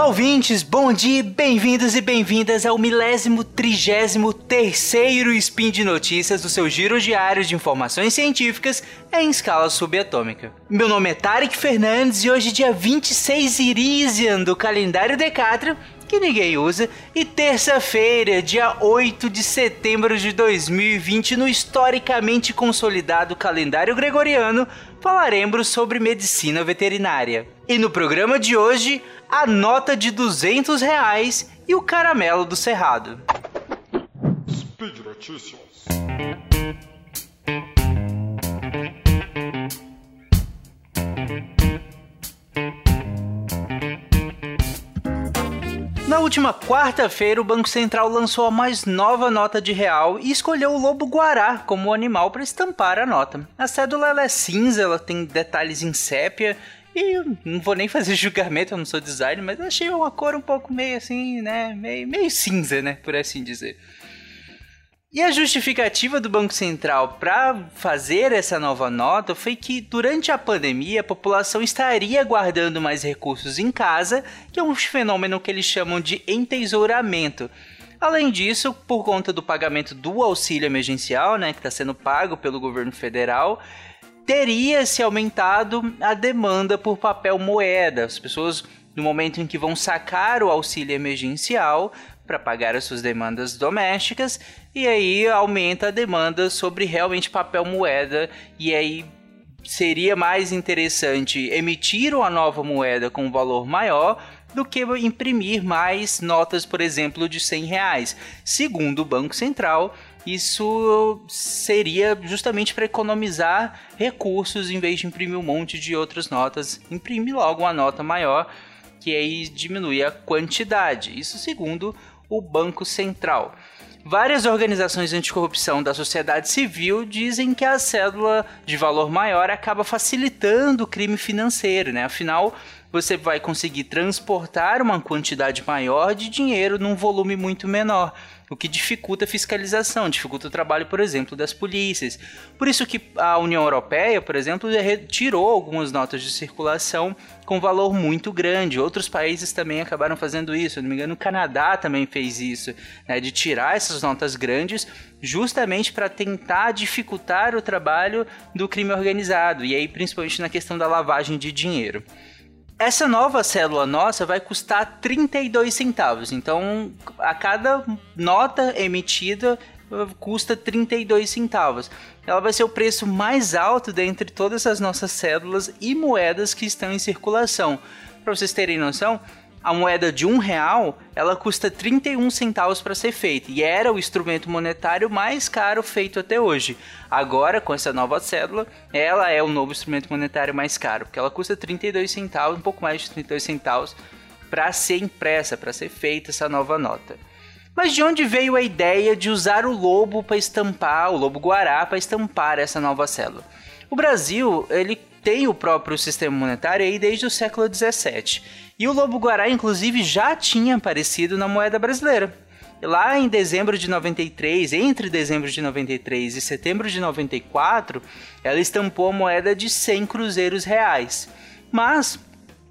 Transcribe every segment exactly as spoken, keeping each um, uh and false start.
ouvintes, bom dia, bem-vindos e bem-vindas ao milésimo trigésimo terceiro Spin de Notícias do seu giro diário de informações científicas em escala subatômica. Meu nome é Tarek Fernandes e hoje é dia vinte e seis Irisian do calendário Decátrio, que ninguém usa, e terça-feira, dia oito de setembro de dois mil e vinte, no historicamente consolidado calendário gregoriano, falaremos sobre medicina veterinária. E no programa de hoje, a nota de duzentos reais e o caramelo do Cerrado. Speed Notícias. Na última quarta-feira, o Banco Central lançou a mais nova nota de real e escolheu o lobo-guará como animal para estampar a nota. A cédula ela é cinza, ela tem detalhes em sépia e eu não vou nem fazer julgamento, eu não sou designer, mas achei uma cor um pouco meio assim, né, meio, meio cinza, né, por assim dizer. E a justificativa do Banco Central para fazer essa nova nota foi que durante a pandemia a população estaria guardando mais recursos em casa, que é um fenômeno que eles chamam de entesouramento. Além disso, por conta do pagamento do auxílio emergencial, né, que está sendo pago pelo governo federal, teria se aumentado a demanda por papel moeda. As pessoas, no momento em que vão sacar o auxílio emergencial para pagar as suas demandas domésticas, e aí aumenta a demanda sobre realmente papel moeda, e aí seria mais interessante emitir uma nova moeda com um valor maior do que imprimir mais notas, por exemplo, de cem reais. Segundo o Banco Central, isso seria justamente para economizar recursos, em vez de imprimir um monte de outras notas, imprime logo uma nota maior, que aí diminui a quantidade. Isso segundo o Banco Central. Várias organizações anticorrupção da sociedade civil dizem que a cédula de valor maior acaba facilitando o crime financeiro, né? Afinal, você vai conseguir transportar uma quantidade maior de dinheiro num volume muito menor, o que dificulta a fiscalização, dificulta o trabalho, por exemplo, das polícias. Por isso que a União Europeia, por exemplo, retirou algumas notas de circulação com valor muito grande. Outros países também acabaram fazendo isso. Se não me engano, o Canadá também fez isso, né, de tirar essas notas grandes justamente para tentar dificultar o trabalho do crime organizado, e aí principalmente na questão da lavagem de dinheiro. Essa nova cédula nossa vai custar trinta e dois centavos, então a cada nota emitida custa trinta e dois centavos. Ela vai ser o preço mais alto dentre todas as nossas cédulas e moedas que estão em circulação. Para vocês terem noção, a moeda de um real, ela custa trinta e um centavos para ser feita, e era o instrumento monetário mais caro feito até hoje. Agora, com essa nova cédula, ela é o novo instrumento monetário mais caro, porque ela custa trinta e dois centavos, um pouco mais de trinta e dois centavos, para ser impressa, para ser feita essa nova nota. Mas de onde veio a ideia de usar o lobo para estampar, o lobo-guará para estampar essa nova cédula? O Brasil, ele tem o próprio sistema monetário aí desde o século dezessete. E o lobo-guará, inclusive, já tinha aparecido na moeda brasileira. Lá em dezembro de noventa e três, entre dezembro de noventa e três e setembro de noventa e quatro, ela estampou a moeda de cem cruzeiros reais. Mas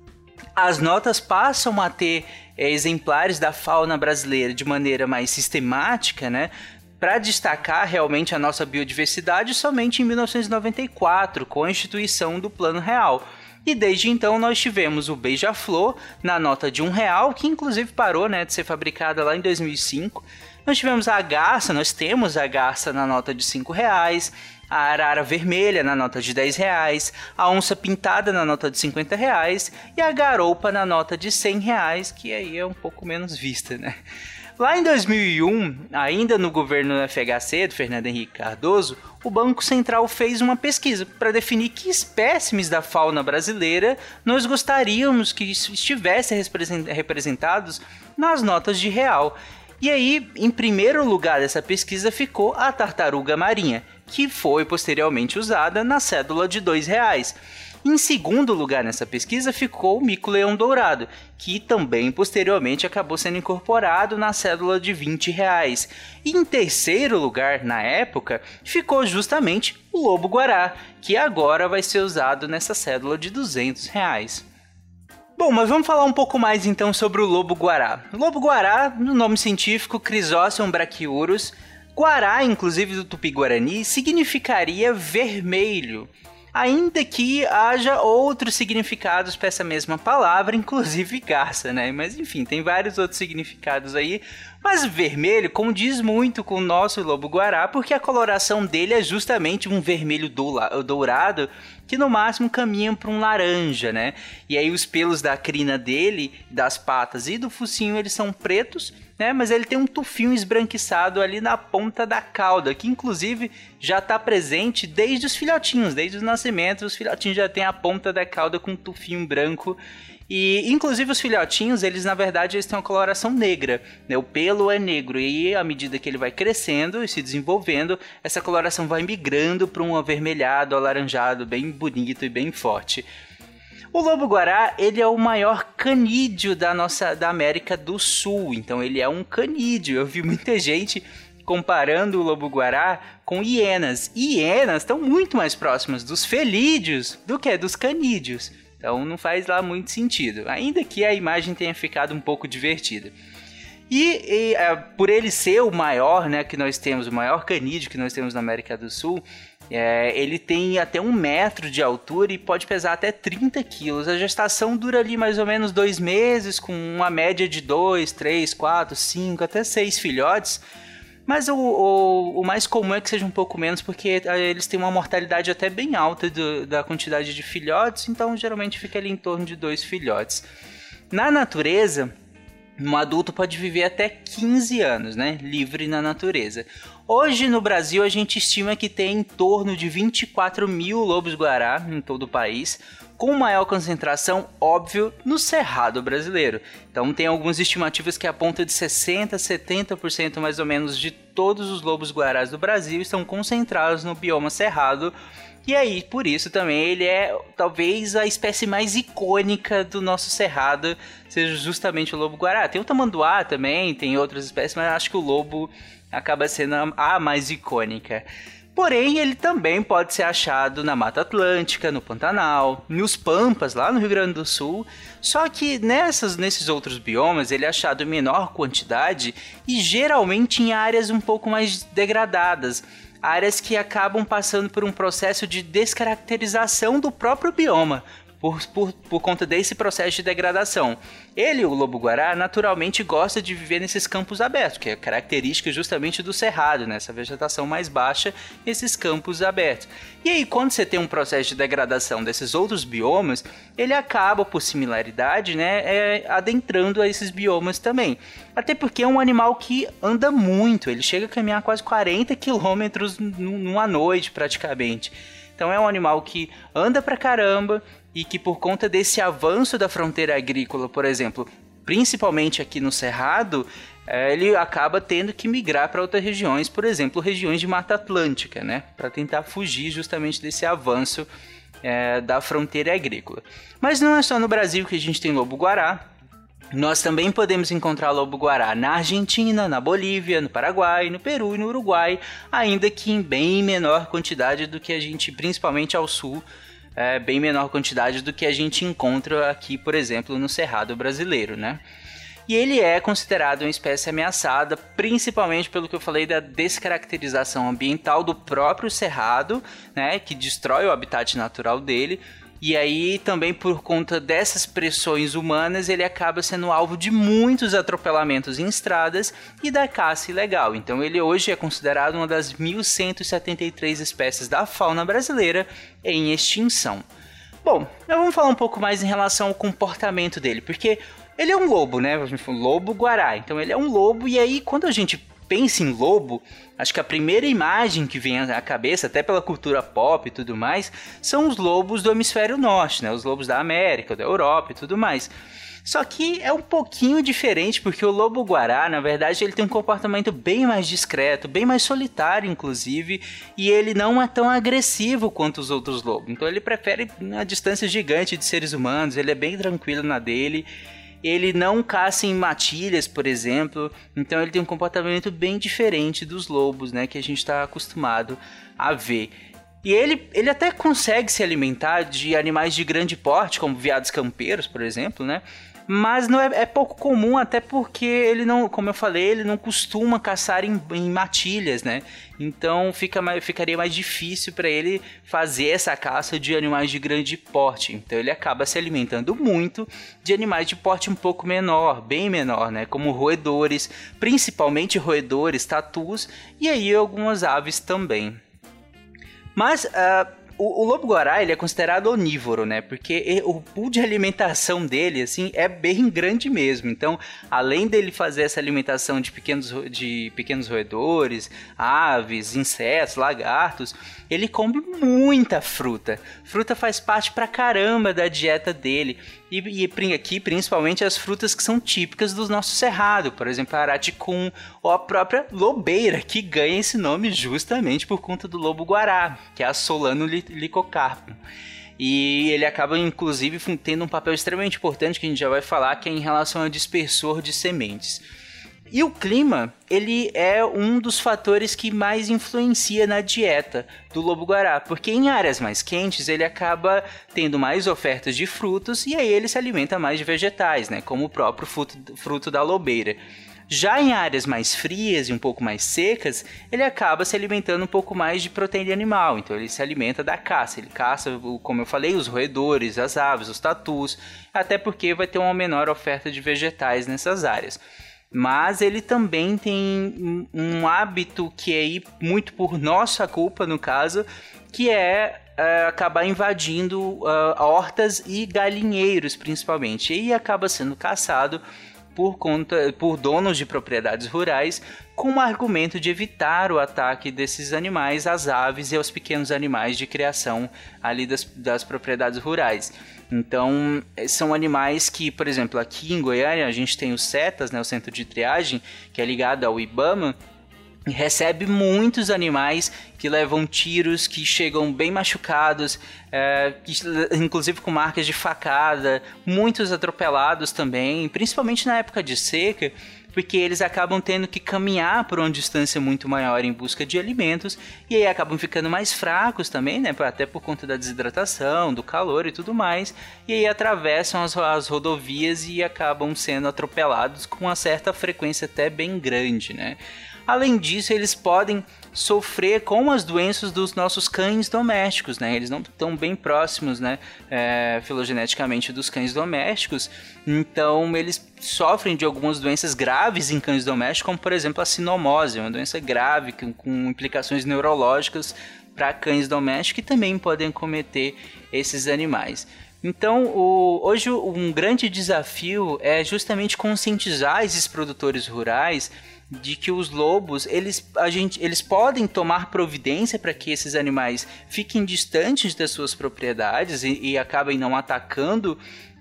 as notas passam a ter é, exemplares da fauna brasileira de maneira mais sistemática, né? Para destacar realmente a nossa biodiversidade somente em mil novecentos e noventa e quatro, com a instituição do Plano Real. E desde então nós tivemos o beija-flor na nota de um real, que inclusive parou, né, de ser fabricada lá em dois mil e cinco. Nós tivemos a garça, nós temos a garça na nota de cinco reais, a arara vermelha na nota de dez reais, a onça pintada na nota de cinquenta reais e a garoupa na nota de cem reais, que aí é um pouco menos vista, né? Lá em dois mil e um, ainda no governo do F H C, do Fernando Henrique Cardoso, o Banco Central fez uma pesquisa para definir que espécimes da fauna brasileira nós gostaríamos que estivessem representados nas notas de real. E aí, em primeiro lugar dessa pesquisa ficou a tartaruga marinha, que foi posteriormente usada na cédula de dois reais. Em segundo lugar nessa pesquisa ficou o mico-leão dourado, que também posteriormente acabou sendo incorporado na cédula de vinte reais. E em terceiro lugar, na época, ficou justamente o lobo-guará, que agora vai ser usado nessa cédula de duzentos reais. Bom, mas vamos falar um pouco mais então sobre o lobo-guará. O lobo-guará, no nome científico, Chrysostom brachyurus, guará, inclusive do tupi-guarani, significaria vermelho, ainda que haja outros significados para essa mesma palavra, inclusive garça, né? Mas enfim, tem vários outros significados aí. Mas vermelho condiz muito com o nosso lobo-guará, porque a coloração dele é justamente um vermelho dourado, que no máximo caminham para um laranja, né? E aí os pelos da crina dele, das patas e do focinho, eles são pretos, né? Mas ele tem um tufinho esbranquiçado ali na ponta da cauda, que inclusive já está presente desde os filhotinhos, desde o nascimento, os filhotinhos já têm a ponta da cauda com um tufinho branco. E inclusive os filhotinhos, eles na verdade eles têm uma coloração negra, né? O pelo é negro e à medida que ele vai crescendo e se desenvolvendo, essa coloração vai migrando para um avermelhado, alaranjado, bem bonito e bem forte. O lobo-guará, ele é o maior canídeo da nossa da América do Sul, então ele é um canídeo. Eu vi muita gente comparando o lobo-guará com hienas. Hienas estão muito mais próximas dos felídeos do que dos canídeos. Então não faz lá muito sentido, ainda que a imagem tenha ficado um pouco divertida. E, e é, por ele ser o maior, né, que nós temos, o maior canídeo que nós temos na América do Sul, é, ele tem até um metro de altura e pode pesar até trinta quilos. A gestação dura ali mais ou menos dois meses, com uma média de dois, três, quatro, cinco, até seis filhotes. Mas o, o, o mais comum é que seja um pouco menos, porque eles têm uma mortalidade até bem alta do, da quantidade de filhotes, então geralmente fica ali em torno de dois filhotes. Na natureza, um adulto pode viver até quinze anos, né? Livre na natureza. Hoje no Brasil a gente estima que tem em torno de vinte e quatro mil lobos-guará em todo o país, com maior concentração, óbvio, no Cerrado brasileiro. Então tem algumas estimativas que apontam de sessenta a setenta por cento mais ou menos de todos os lobos-guarás do Brasil estão concentrados no bioma Cerrado. E aí, por isso também, ele é talvez a espécie mais icônica do nosso Cerrado, seja justamente o lobo-guará. Tem o tamanduá também, tem outras espécies, mas acho que o lobo acaba sendo a mais icônica. Porém, ele também pode ser achado na Mata Atlântica, no Pantanal, nos Pampas, lá no Rio Grande do Sul. Só que nessas, nesses outros biomas, ele é achado em menor quantidade e geralmente em áreas um pouco mais degradadas. Áreas que acabam passando por um processo de descaracterização do próprio bioma, por, por, por conta desse processo de degradação. Ele, o lobo-guará, naturalmente gosta de viver nesses campos abertos, que é característica justamente do cerrado, né? Essa vegetação mais baixa, esses campos abertos. E aí, quando você tem um processo de degradação desses outros biomas, ele acaba, por similaridade, né, é, adentrando a esses biomas também. Até porque é um animal que anda muito, ele chega a caminhar quase quarenta quilômetros numa noite, praticamente. Então é um animal que anda pra caramba e que por conta desse avanço da fronteira agrícola, por exemplo, principalmente aqui no Cerrado, ele acaba tendo que migrar para outras regiões, por exemplo, regiões de Mata Atlântica, né, para tentar fugir justamente desse avanço é, da fronteira agrícola. Mas não é só no Brasil que a gente tem lobo-guará. Nós também podemos encontrar lobo-guará na Argentina, na Bolívia, no Paraguai, no Peru e no Uruguai, ainda que em bem menor quantidade do que a gente, principalmente ao sul, é, bem menor quantidade do que a gente encontra aqui, por exemplo, no Cerrado brasileiro, né? E ele é considerado uma espécie ameaçada, principalmente pelo que eu falei da descaracterização ambiental do próprio cerrado, né, que destrói o habitat natural dele. E aí também por conta dessas pressões humanas ele acaba sendo alvo de muitos atropelamentos em estradas e da caça ilegal. Então ele hoje é considerado uma das mil cento e setenta e três espécies da fauna brasileira em extinção. Bom, vamos falar um pouco mais em relação ao comportamento dele, porque ele é um lobo, né? Lobo-guará. Então ele é um lobo e aí quando a gente pensa em lobo, acho que a primeira imagem que vem à cabeça, até pela cultura pop e tudo mais, são os lobos do hemisfério norte, né? Os lobos da América, da Europa e tudo mais. Só que é um pouquinho diferente, porque o lobo-guará, na verdade, ele tem um comportamento bem mais discreto, bem mais solitário, inclusive, e ele não é tão agressivo quanto os outros lobos. Então ele prefere uma distância gigante de seres humanos, ele é bem tranquilo na dele. Ele não caça em matilhas, por exemplo, então ele tem um comportamento bem diferente dos lobos, né, que a gente está acostumado a ver. E ele, ele até consegue se alimentar de animais de grande porte, como veados campeiros, por exemplo, né? Mas não é, é pouco comum, até porque ele não, como eu falei, ele não costuma caçar em, em matilhas, né? Então fica mais, ficaria mais difícil para ele fazer essa caça de animais de grande porte. Então ele acaba se alimentando muito de animais de porte um pouco menor, bem menor, né? Como roedores, principalmente roedores, tatus e aí algumas aves também. Mas uh, o, o lobo-guará ele é considerado onívoro, né? Porque o pool de alimentação dele assim, é bem grande mesmo. Então, além dele fazer essa alimentação de pequenos, de pequenos roedores, aves, insetos, lagartos, ele come muita fruta. Fruta faz parte pra caramba da dieta dele. E, e aqui, principalmente, as frutas que são típicas do nosso cerrado. Por exemplo, a araticum ou a própria lobeira, que ganha esse nome justamente por conta do lobo-guará, que é a Solano licocarpum. E ele acaba, inclusive, tendo um papel extremamente importante, que a gente já vai falar, que é em relação ao dispersor de sementes. E o clima, ele é um dos fatores que mais influencia na dieta do lobo-guará, porque em áreas mais quentes ele acaba tendo mais ofertas de frutos e aí ele se alimenta mais de vegetais, né, como o próprio fruto, fruto da lobeira. Já em áreas mais frias e um pouco mais secas, ele acaba se alimentando um pouco mais de proteína animal, então ele se alimenta da caça, ele caça, como eu falei, os roedores, as aves, os tatus, até porque vai ter uma menor oferta de vegetais nessas áreas. Mas ele também tem um hábito que é aí muito por nossa culpa, no caso, que é uh, acabar invadindo uh, hortas e galinheiros, principalmente. E acaba sendo caçado por, conta, por donos de propriedades rurais com o argumento de evitar o ataque desses animais às aves e aos pequenos animais de criação ali das, das propriedades rurais. Então, são animais que, por exemplo, aqui em Goiânia, a gente tem o CETAS, né, o Centro de Triagem, que é ligado ao IBAMA, e recebe muitos animais que levam tiros, que chegam bem machucados, é, que, inclusive com marcas de facada, muitos atropelados também, principalmente na época de seca, porque eles acabam tendo que caminhar por uma distância muito maior em busca de alimentos e aí acabam ficando mais fracos também, né? Até por conta da desidratação, do calor e tudo mais, e aí atravessam as, as rodovias e acabam sendo atropelados com uma certa frequência até bem grande, né? Além disso, eles podem sofrer com as doenças dos nossos cães domésticos, né? Eles não estão bem próximos, né, é, filogeneticamente dos cães domésticos, então eles sofrem de algumas doenças graves em cães domésticos, como por exemplo a sinomose, uma doença grave com, com implicações neurológicas para cães domésticos que também podem cometer esses animais. Então, o, hoje um grande desafio é justamente conscientizar esses produtores rurais de que os lobos, eles, a gente, eles podem tomar providência para que esses animais fiquem distantes das suas propriedades e, e acabem não atacando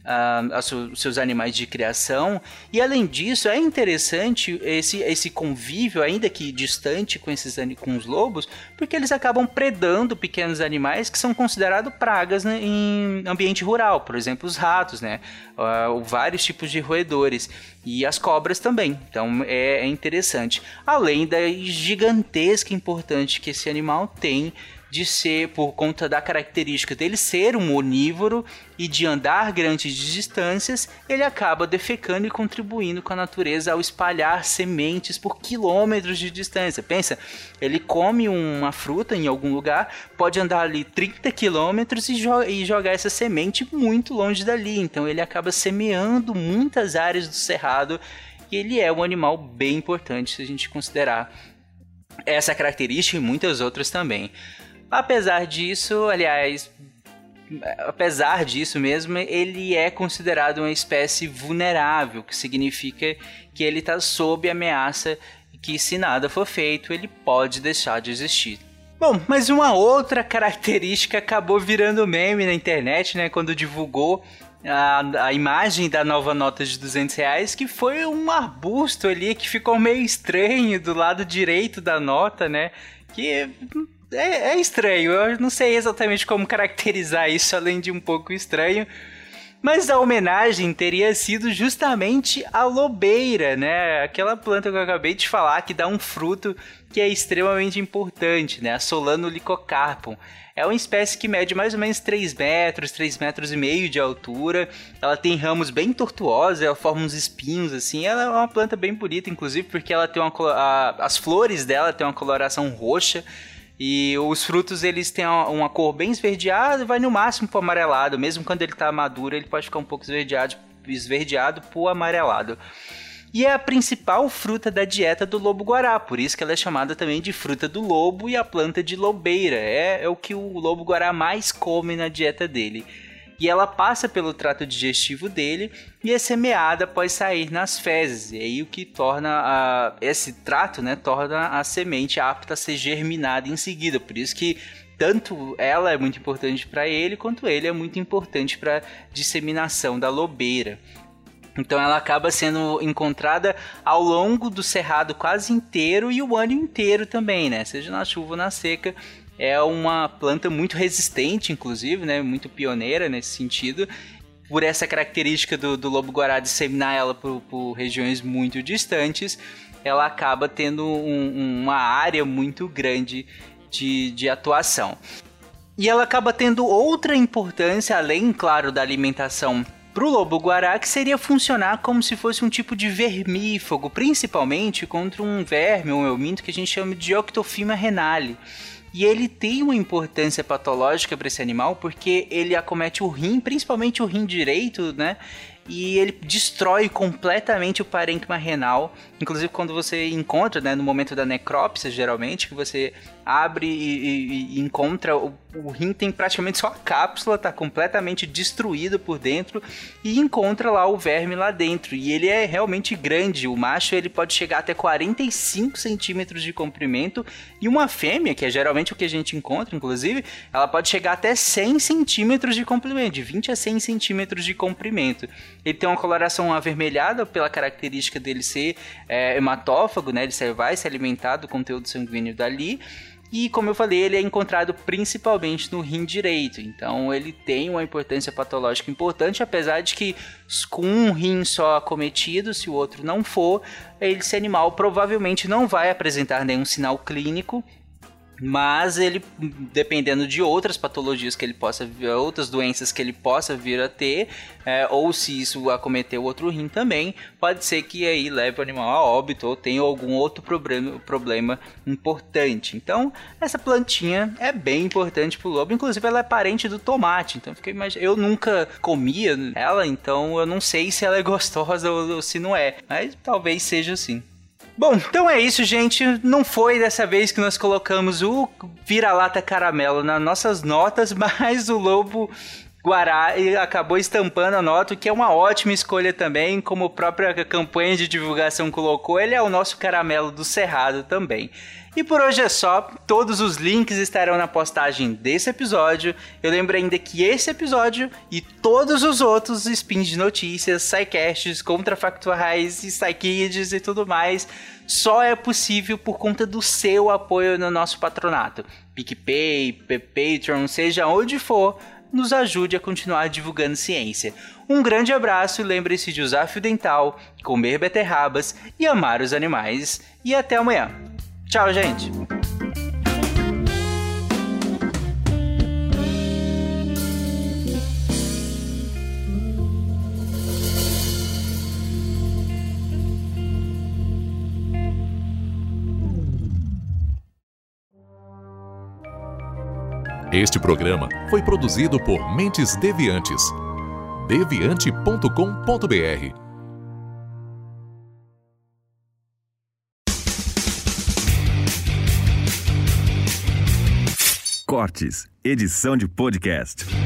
uh, os seus animais de criação. E além disso, é interessante esse, esse convívio, ainda que distante com, esses, com os lobos, porque eles acabam predando pequenos animais que são considerados pragas, né, em ambiente rural, por exemplo, os ratos, né, uh, vários tipos de roedores. E as cobras também, então é, é interessante. Além da gigantesca importância que esse animal tem de ser, por conta da característica dele ser um onívoro e de andar grandes distâncias, ele acaba defecando e contribuindo com a natureza ao espalhar sementes por quilômetros de distância. Pensa, ele come uma fruta em algum lugar, pode andar ali trinta quilômetros e, jo- e jogar essa semente muito longe dali. Então ele acaba semeando muitas áreas do cerrado e ele é um animal bem importante se a gente considerar essa característica e muitas outras também. Apesar disso, aliás, apesar disso mesmo, ele é considerado uma espécie vulnerável, que significa que ele está sob ameaça e que se nada for feito, ele pode deixar de existir. Bom, mas uma outra característica acabou virando meme na internet, né, quando divulgou a, a imagem da nova nota de duzentos reais, que foi um arbusto ali que ficou meio estranho do lado direito da nota, né, que... É, é estranho, eu não sei exatamente como caracterizar isso, além de um pouco estranho, Mas a homenagem teria sido justamente a lobeira, né? Aquela planta que eu acabei de falar que dá um fruto que é extremamente importante, né? A Solanolicocarpum. É uma espécie que mede mais ou menos três metros, três metros e meio de altura. Ela tem ramos bem tortuosos, ela forma uns espinhos assim. Ela é uma planta bem bonita, inclusive, porque ela tem uma, a, as flores dela têm uma coloração roxa. E os frutos, eles têm uma cor bem esverdeada e vai no máximo pro amarelado. Mesmo quando ele tá maduro, ele pode ficar um pouco esverdeado, esverdeado pro amarelado. E é a principal fruta da dieta do lobo-guará, por isso que ela é chamada também de fruta do lobo e a planta de lobeira. É, é o que o lobo-guará mais come na dieta dele. E ela passa pelo trato digestivo dele e é semeada após sair nas fezes. E aí o que torna a, esse trato, né, torna a semente apta a ser germinada em seguida. Por isso que tanto ela é muito importante para ele, quanto ele é muito importante para a disseminação da lobeira. Então ela acaba sendo encontrada ao longo do cerrado quase inteiro e o ano inteiro também, né? Seja na chuva ou na seca. É uma planta muito resistente, inclusive, né? Muito pioneira nesse sentido. Por essa característica do, do lobo-guará disseminar ela por, por regiões muito distantes, ela acaba tendo um, uma área muito grande de, de atuação. E ela acaba tendo outra importância, além, claro, da alimentação para o lobo-guará, que seria funcionar como se fosse um tipo de vermífugo, principalmente contra um verme, um euminto, que a gente chama de Octophyma renale. E ele tem uma importância patológica para esse animal porque ele acomete o rim, principalmente o rim direito, né? E ele destrói completamente o parênquima renal. Inclusive quando você encontra, né, no momento da necrópsia, geralmente, que você abre e, e, e encontra, o, o rim tem praticamente só a cápsula, tá completamente destruído por dentro, e encontra lá o verme lá dentro. E ele é realmente grande. O macho ele pode chegar até quarenta e cinco centímetros de comprimento, e uma fêmea, que é geralmente o que a gente encontra, inclusive, ela pode chegar até cem centímetros de comprimento, de vinte a cem centímetros de comprimento. Ele tem uma coloração avermelhada pela característica dele ser é, hematófago, né? Ele ser, vai se alimentar do conteúdo sanguíneo dali. E, como eu falei, ele é encontrado principalmente no rim direito. Então, ele tem uma importância patológica importante, apesar de que com um rim só acometido, se o outro não for, esse animal provavelmente não vai apresentar nenhum sinal clínico. Mas ele, dependendo de outras patologias que ele possa, outras doenças que ele possa vir a ter, é, ou se isso acometer o outro rim também, pode ser que aí leve o animal a óbito ou tenha algum outro problema, problema importante. Então, essa plantinha é bem importante pro lobo, inclusive ela é parente do tomate, então fiquei imag... eu nunca comia ela, então eu não sei se ela é gostosa ou, ou se não é, mas talvez seja assim. Bom, então é isso, gente. Não foi dessa vez que nós colocamos o vira-lata caramelo nas nossas notas, mas o lobo-guará acabou estampando a nota, o que é uma ótima escolha também, como a própria campanha de divulgação colocou, ele é o nosso caramelo do Cerrado também. E por hoje é só, todos os links estarão na postagem desse episódio. Eu lembro ainda que esse episódio e todos os outros spins de notícias, sidecasts, contrafactuais e sidekids e tudo mais, só é possível por conta do seu apoio no nosso patronato. PicPay, Patreon, seja onde for, nos ajude a continuar divulgando ciência. Um grande abraço e lembre-se de usar fio dental, comer beterrabas e amar os animais. E até amanhã. Tchau, gente! Este programa foi produzido por Mentes Deviantes. deviante ponto com ponto b r. Cortes, edição de podcast.